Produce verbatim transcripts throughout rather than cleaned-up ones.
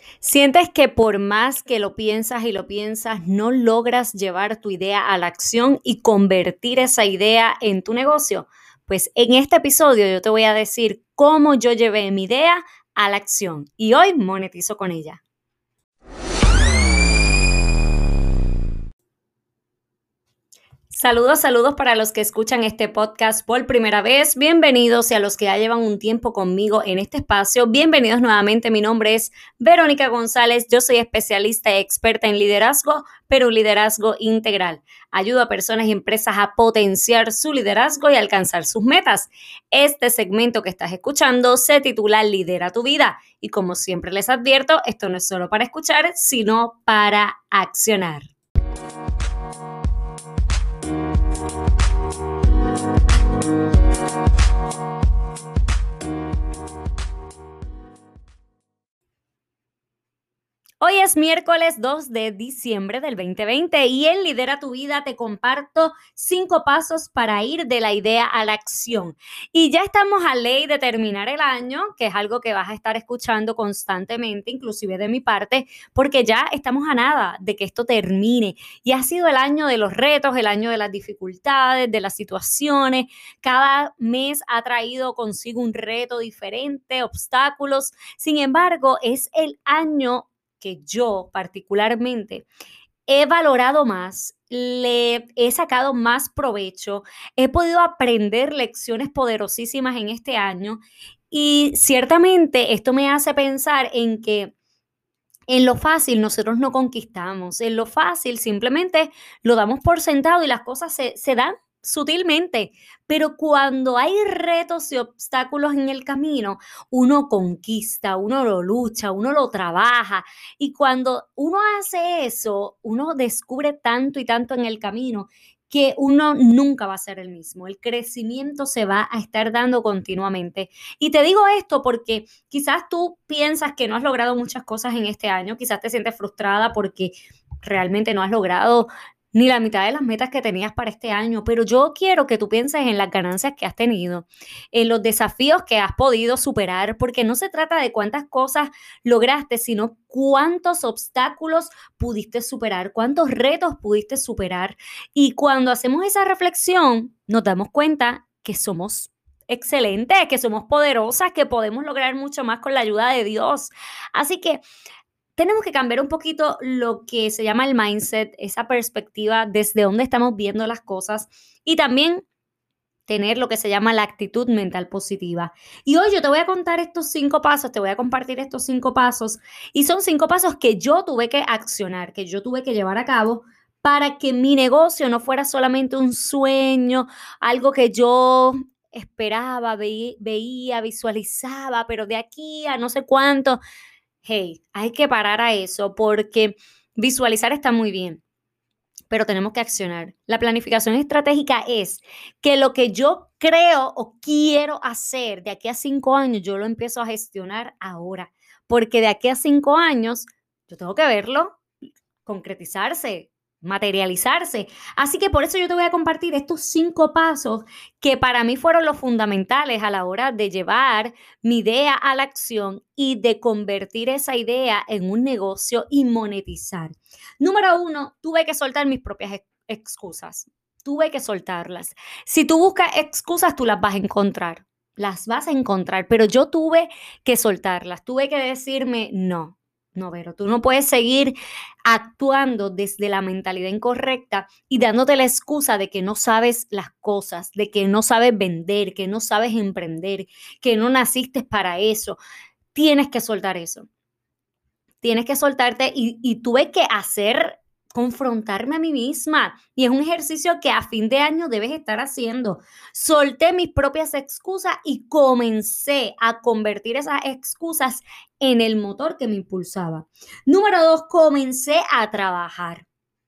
Sientes que por más que lo piensas y lo piensas, no logras llevar tu idea a la acción y convertir esa idea en tu negocio. Pues en este episodio yo te voy a decir cómo yo llevé mi idea a la acción y hoy monetizo con ella. Saludos, saludos para los que escuchan este podcast por primera vez. Bienvenidos y a los que ya llevan un tiempo conmigo en este espacio. Bienvenidos nuevamente. Mi nombre es Verónica González. Yo soy especialista y experta en liderazgo, pero un liderazgo integral. Ayudo a personas y empresas a potenciar su liderazgo y alcanzar sus metas. Este segmento que estás escuchando se titula Lidera tu vida. Y como siempre les advierto, esto no es solo para escuchar, sino para accionar. Hoy es miércoles dos de diciembre del veinte veinte y en Lidera tu Vida te comparto cinco pasos para ir de la idea a la acción. Y ya estamos a ley de terminar el año, que es algo que vas a estar escuchando constantemente, inclusive de mi parte, porque ya estamos a nada de que esto termine. Y ha sido el año de los retos, el año de las dificultades, de las situaciones. Cada mes ha traído consigo un reto diferente, obstáculos. Sin embargo, es el año que yo particularmente he valorado más, le he sacado más provecho, he podido aprender lecciones poderosísimas en este año y ciertamente esto me hace pensar en que en lo fácil nosotros no conquistamos, en lo fácil simplemente lo damos por sentado y las cosas se, se dan sutilmente, pero cuando hay retos y obstáculos en el camino, uno conquista, uno lo lucha, uno lo trabaja y cuando uno hace eso, uno descubre tanto y tanto en el camino que uno nunca va a ser el mismo. El crecimiento se va a estar dando continuamente. Y te digo esto porque quizás tú piensas que no has logrado muchas cosas en este año, quizás te sientes frustrada porque realmente no has logrado ni la mitad de las metas que tenías para este año, pero yo quiero que tú pienses en las ganancias que has tenido, en los desafíos que has podido superar, porque no se trata de cuántas cosas lograste, sino cuántos obstáculos pudiste superar, cuántos retos pudiste superar. Y cuando hacemos esa reflexión, nos damos cuenta que somos excelentes, que somos poderosas, que podemos lograr mucho más con la ayuda de Dios. Así que tenemos que cambiar un poquito lo que se llama el mindset, esa perspectiva desde donde estamos viendo las cosas y también tener lo que se llama la actitud mental positiva. Y hoy yo te voy a contar estos cinco pasos, te voy a compartir estos cinco pasos y son cinco pasos que yo tuve que accionar, que yo tuve que llevar a cabo para que mi negocio no fuera solamente un sueño, algo que yo esperaba, veía, veía visualizaba, pero de aquí a no sé cuánto. Hey, hay que parar a eso porque visualizar está muy bien, pero tenemos que accionar. La planificación estratégica es que lo que yo creo o quiero hacer de aquí a cinco años, yo lo empiezo a gestionar ahora, porque de aquí a cinco años yo tengo que verlo concretizarse, materializarse. Así que por eso yo te voy a compartir estos cinco pasos que para mí fueron los fundamentales a la hora de llevar mi idea a la acción y de convertir esa idea en un negocio y monetizar. Número uno, tuve que soltar mis propias ex- excusas. Tuve que soltarlas. Si tú buscas excusas, tú las vas a encontrar. Las vas a encontrar, pero yo tuve que soltarlas. Tuve que decirme, no, no, Vero, tú no puedes seguir actuando desde la mentalidad incorrecta y dándote la excusa de que no sabes las cosas, de que no sabes vender, que no sabes emprender, que no naciste para eso. Tienes que soltar eso. Tienes que soltarte y, y tuve que hacer, confrontarme a mí misma. Y es un ejercicio que a fin de año debes estar haciendo. Solté mis propias excusas y comencé a convertir esas excusas en el motor que me impulsaba. Número dos, comencé a trabajar.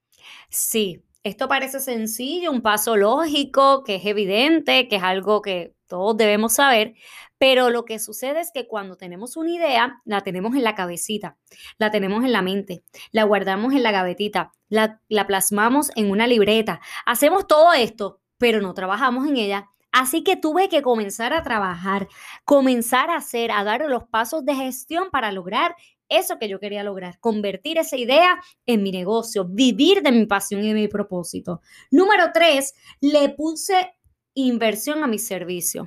Sí, esto parece sencillo, un paso lógico, que es evidente, que es algo que todos debemos saber, pero lo que sucede es que cuando tenemos una idea, la tenemos en la cabecita, la tenemos en la mente, la guardamos en la gavetita, la, la plasmamos en una libreta, hacemos todo esto, pero no trabajamos en ella. Así que tuve que comenzar a trabajar, comenzar a hacer, a dar los pasos de gestión para lograr eso que yo quería lograr, convertir esa idea en mi negocio, vivir de mi pasión y de mi propósito. Número tres, le puse inversión a mi servicio.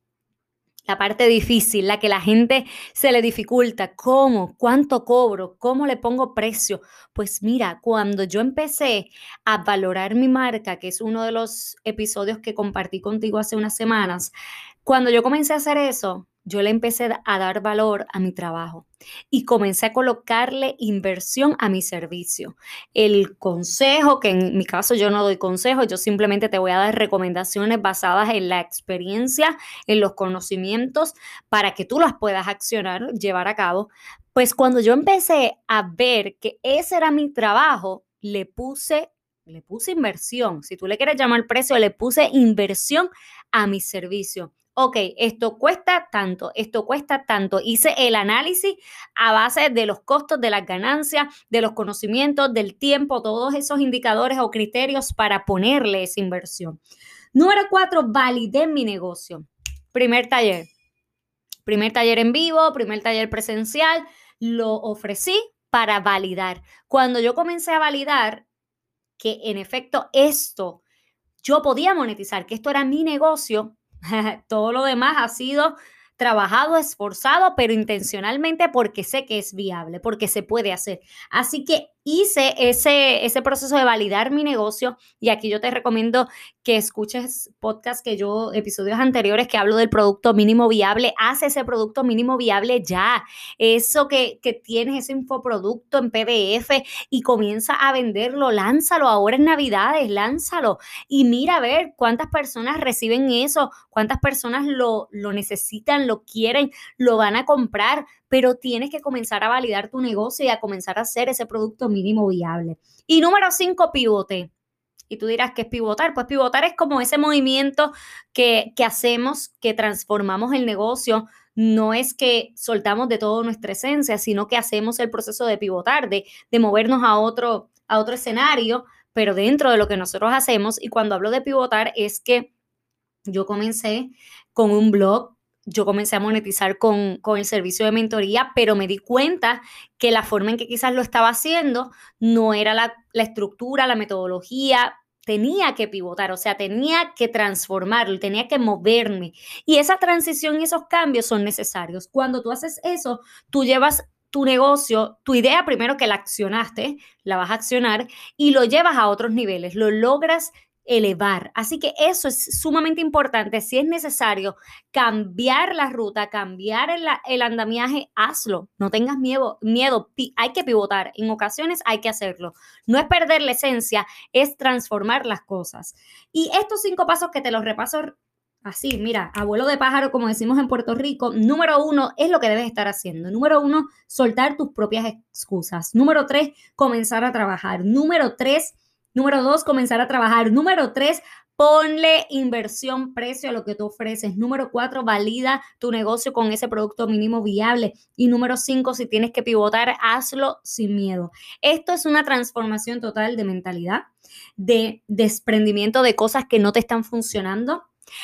La parte difícil, la que la gente se le dificulta. ¿Cómo? ¿Cuánto cobro? ¿Cómo le pongo precio? Pues mira, cuando yo empecé a valorar mi marca, que es uno de los episodios que compartí contigo hace unas semanas, cuando yo comencé a hacer eso, yo le empecé a dar valor a mi trabajo y comencé a colocarle inversión a mi servicio. El consejo, que en mi caso yo no doy consejos, yo simplemente te voy a dar recomendaciones basadas en la experiencia, en los conocimientos, para que tú las puedas accionar, llevar a cabo. Pues cuando yo empecé a ver que ese era mi trabajo, le puse, le puse inversión. Si tú le quieres llamar precio, le puse inversión a mi servicio. Ok, esto cuesta tanto, esto cuesta tanto. Hice el análisis a base de los costos, de las ganancias, de los conocimientos, del tiempo, todos esos indicadores o criterios para ponerle esa inversión. Número cuatro, validé mi negocio. Primer taller. Primer taller en vivo, primer taller presencial, lo ofrecí para validar. Cuando yo comencé a validar que en efecto esto yo podía monetizar, que esto era mi negocio, todo lo demás ha sido trabajado, esforzado, pero intencionalmente porque sé que es viable, porque se puede hacer. Así que hice ese, ese proceso de validar mi negocio y aquí yo te recomiendo que escuches podcasts que yo, episodios anteriores que hablo del producto mínimo viable. Haz ese producto mínimo viable ya. Eso que, que tienes, ese infoproducto en P D F y comienza a venderlo, lánzalo ahora en Navidades, lánzalo y mira a ver cuántas personas reciben eso, cuántas personas lo, lo necesitan, lo quieren, lo van a comprar, pero tienes que comenzar a validar tu negocio y a comenzar a hacer ese producto mínimo viable. Y número cinco, pivote. Y tú dirás, ¿qué es pivotar? Pues pivotar es como ese movimiento que, que hacemos, que transformamos el negocio. No es que soltamos de todo nuestra esencia, sino que hacemos el proceso de pivotar, de, de movernos a otro, a otro escenario, pero dentro de lo que nosotros hacemos. Y cuando hablo de pivotar es que yo comencé con un blog, yo comencé a monetizar con, con el servicio de mentoría, pero me di cuenta que la forma en que quizás lo estaba haciendo no era la, la estructura, la metodología. Tenía que pivotar, o sea, tenía que transformarlo, tenía que moverme. Y esa transición y esos cambios son necesarios. Cuando tú haces eso, tú llevas tu negocio, tu idea primero que la accionaste, la vas a accionar y lo llevas a otros niveles, lo logras elevar. Así que eso es sumamente importante. Si es necesario cambiar la ruta, cambiar el, el andamiaje, hazlo. No tengas miedo, miedo. Hay que pivotar. En ocasiones hay que hacerlo. No es perder la esencia, es transformar las cosas. Y estos cinco pasos que te los repaso así, mira, abuelo de pájaro, como decimos en Puerto Rico, número uno es lo que debes estar haciendo. Número uno, soltar tus propias excusas. Número tres, comenzar a trabajar. Número tres, Número dos, comenzar a trabajar. Número tres, ponle inversión, precio a lo que tú ofreces. Número cuatro, valida tu negocio con ese producto mínimo viable. Y número cinco, si tienes que pivotar, hazlo sin miedo. Esto es una transformación total de mentalidad, de desprendimiento de cosas que no te están funcionando.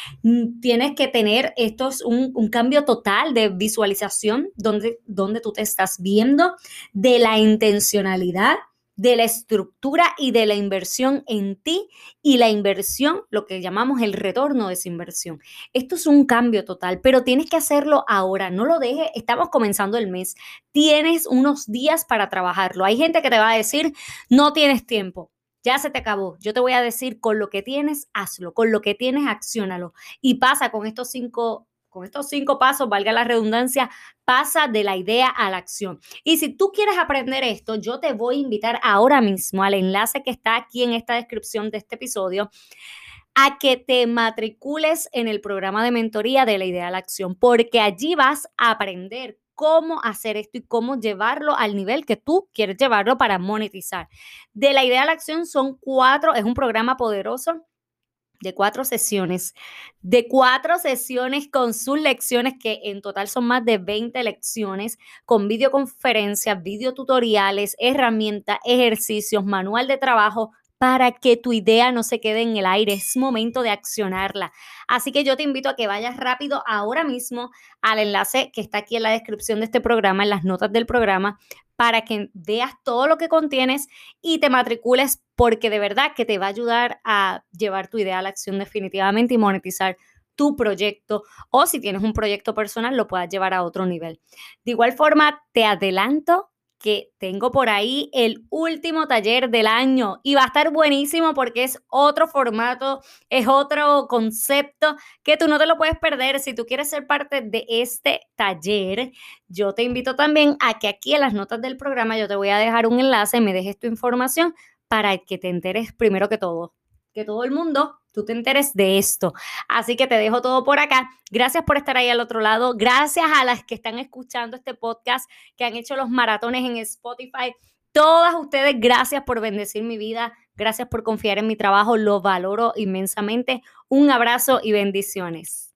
Tienes que tener, esto es un, un cambio total de visualización, donde, donde tú te estás viendo, de la intencionalidad, de la estructura y de la inversión en ti y la inversión, lo que llamamos el retorno de esa inversión. Esto es un cambio total, pero tienes que hacerlo ahora, no lo dejes, estamos comenzando el mes, tienes unos días para trabajarlo. Hay gente que te va a decir, no tienes tiempo, ya se te acabó. Yo te voy a decir, con lo que tienes, hazlo, con lo que tienes, acciónalo. Y pasa con estos cinco Con estos cinco pasos, valga la redundancia, pasa de la idea a la acción. Y si tú quieres aprender esto, yo te voy a invitar ahora mismo al enlace que está aquí en esta descripción de este episodio a que te matricules en el programa de mentoría de la idea a la acción, porque allí vas a aprender cómo hacer esto y cómo llevarlo al nivel que tú quieres llevarlo para monetizar. De la idea a la acción son cuatro, es un programa poderoso de cuatro sesiones, de cuatro sesiones con sus lecciones, que en total son más de veinte lecciones, con videoconferencias, videotutoriales, herramientas, ejercicios, manual de trabajo, para que tu idea no se quede en el aire. Es momento de accionarla. Así que yo te invito a que vayas rápido ahora mismo al enlace que está aquí en la descripción de este programa, en las notas del programa, para que veas todo lo que contienes y te matricules, porque de verdad que te va a ayudar a llevar tu idea a la acción definitivamente y monetizar tu proyecto, o si tienes un proyecto personal lo puedas llevar a otro nivel. De igual forma, te adelanto que tengo por ahí el último taller del año y va a estar buenísimo porque es otro formato, es otro concepto que tú no te lo puedes perder. Si tú quieres ser parte de este taller, yo te invito también a que aquí en las notas del programa yo te voy a dejar un enlace, me dejes tu información para que te enteres primero que todo, que todo el mundo, tú te enteres de esto. Así que te dejo todo por acá. Gracias por estar ahí al otro lado. Gracias a las que están escuchando este podcast, que han hecho los maratones en Spotify. Todas ustedes, gracias por bendecir mi vida. Gracias por confiar en mi trabajo. Lo valoro inmensamente. Un abrazo y bendiciones.